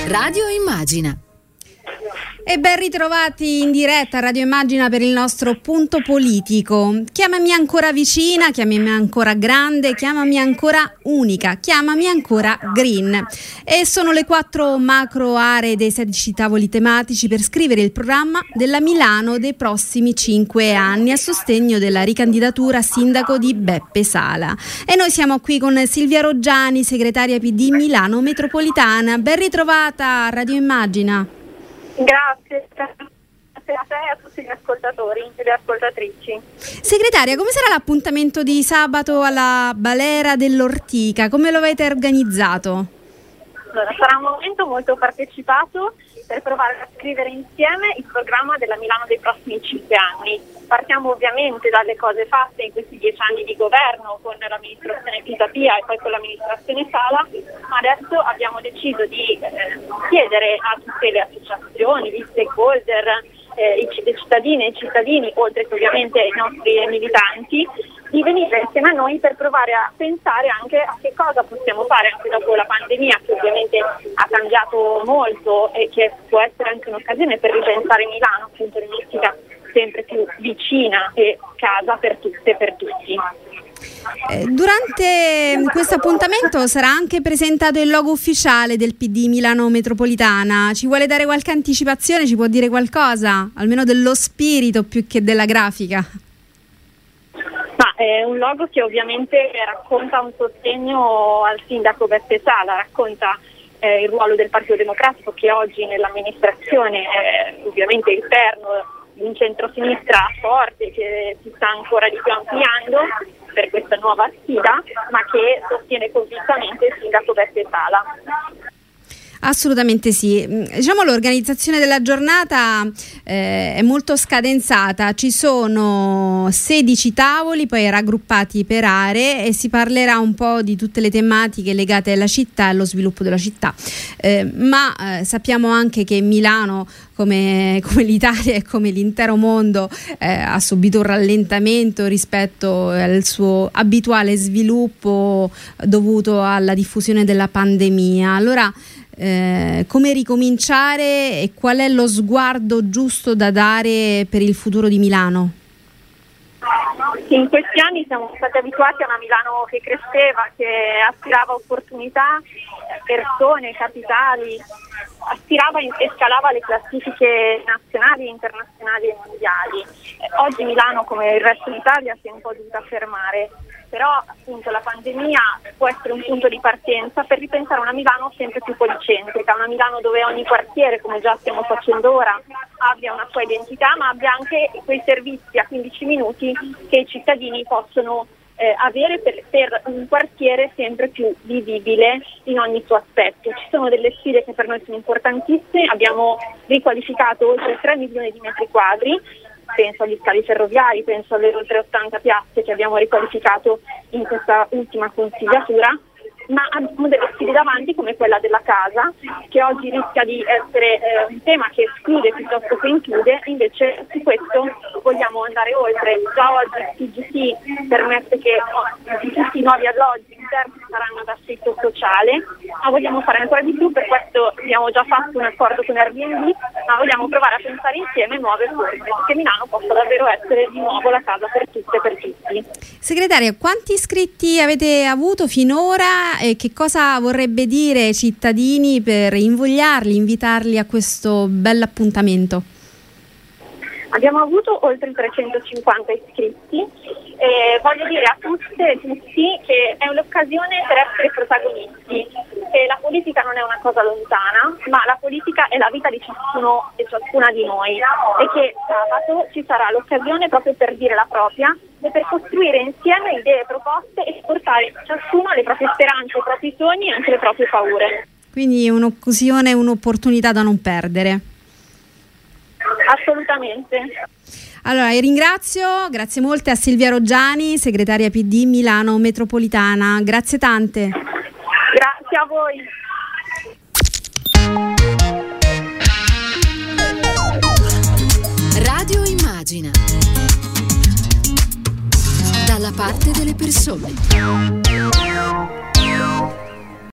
Radio Immagina. E ben ritrovati in diretta a Radio Immagina per il nostro punto politico. Chiamami ancora vicina, chiamami ancora grande, chiamami ancora unica, chiamami ancora green. E sono le 4 macro aree dei 16 tavoli tematici per scrivere il programma della Milano dei prossimi 5 anni a sostegno della ricandidatura a sindaco di Beppe Sala. E noi siamo qui con Silvia Roggiani, segretaria PD Milano Metropolitana. Ben ritrovata a Radio Immagina. Grazie a te e a tutti gli ascoltatori e le ascoltatrici. Segretaria, come sarà l'appuntamento di sabato alla Balera dell'Ortica? Come lo avete organizzato? Allora, sarà un momento molto partecipato per provare a scrivere insieme il programma della Milano dei prossimi 5 anni. Partiamo ovviamente dalle cose fatte in questi 10 anni di governo con l'amministrazione Pisapia e poi con l'amministrazione Sala, ma adesso abbiamo deciso di chiedere a tutte le associazioni, gli stakeholder, i cittadine e i cittadini, oltre che ovviamente i nostri militanti, di venire insieme a noi per provare a pensare anche a che cosa possiamo fare anche dopo la pandemia, che ovviamente ha cambiato molto e che può essere anche un'occasione per ripensare Milano, appunto in un'ottica sempre più vicina e casa per tutte e per tutti. Durante questo appuntamento sarà anche presentato il logo ufficiale del PD Milano Metropolitana. Ci vuole dare qualche anticipazione? Ci può dire qualcosa? Almeno dello spirito più che della grafica? Ma è un logo che ovviamente racconta un sostegno al sindaco Beppe Sala, racconta il ruolo del Partito Democratico che oggi nell'amministrazione è ovviamente il perno di un centrosinistra forte che si sta ancora di più ampliando per questa nuova sfida, ma che sostiene convintamente il sindaco Beppe Sala. Assolutamente sì. Diciamo l'organizzazione della giornata è molto scadenzata, ci sono 16 tavoli poi raggruppati per aree e si parlerà un po' di tutte le tematiche legate alla città e allo sviluppo della città, ma sappiamo anche che Milano come l'Italia e come l'intero mondo ha subito un rallentamento rispetto al suo abituale sviluppo dovuto alla diffusione della pandemia. Allora come ricominciare e qual è lo sguardo giusto da dare per il futuro di Milano? In questi anni siamo stati abituati a una Milano che cresceva, che aspirava opportunità, persone, capitali, aspirava e scalava le classifiche nazionali, internazionali e mondiali. Oggi Milano, come il resto d'Italia, si è un po' dovuta fermare, però appunto la pandemia può essere un punto di partenza per ripensare una Milano sempre più policentrica, una Milano dove ogni quartiere, come già stiamo facendo ora, abbia una sua identità, ma abbia anche quei servizi a 15 minuti che i cittadini possono avere per un quartiere sempre più vivibile in ogni suo aspetto. Ci sono delle sfide che per noi sono importantissime, abbiamo riqualificato oltre 3 milioni di metri quadri, penso agli scali ferroviari, penso alle oltre 80 piazze che abbiamo riqualificato in questa ultima consigliatura, ma abbiamo delle sfide davanti come quella della casa, che oggi rischia di essere un tema che esclude piuttosto che include, invece su questo vogliamo andare oltre. Già oggi il TGT permette che tutti i nuovi alloggi interni saranno ad affitto sociale, ma vogliamo fare ancora di più, per questo abbiamo già fatto un accordo con Airbnb, ma vogliamo provare a pensare insieme nuove forme, che Milano possa davvero essere di nuovo la casa per tutte e per tutti. Segretaria, quanti iscritti avete avuto finora e che cosa vorrebbe dire ai cittadini per invogliarli, invitarli a questo bell'appuntamento? Abbiamo avuto oltre 350 iscritti e voglio dire a tutte e tutti che è un'occasione per essere protagonisti, che la politica non è una cosa lontana, ma la politica è la vita di ciascuno e ciascuna di noi e che sabato ci sarà l'occasione proprio per dire la propria e per costruire insieme idee e proposte e portare ciascuno le proprie speranze, i propri sogni e anche le proprie paure. Quindi un'occasione, un'opportunità da non perdere. Assolutamente. Allora, ringrazio, grazie molte a Silvia Roggiani, segretaria PD Milano Metropolitana. Grazie tante. Grazie a voi. Radio Immagina. Dalla parte delle persone.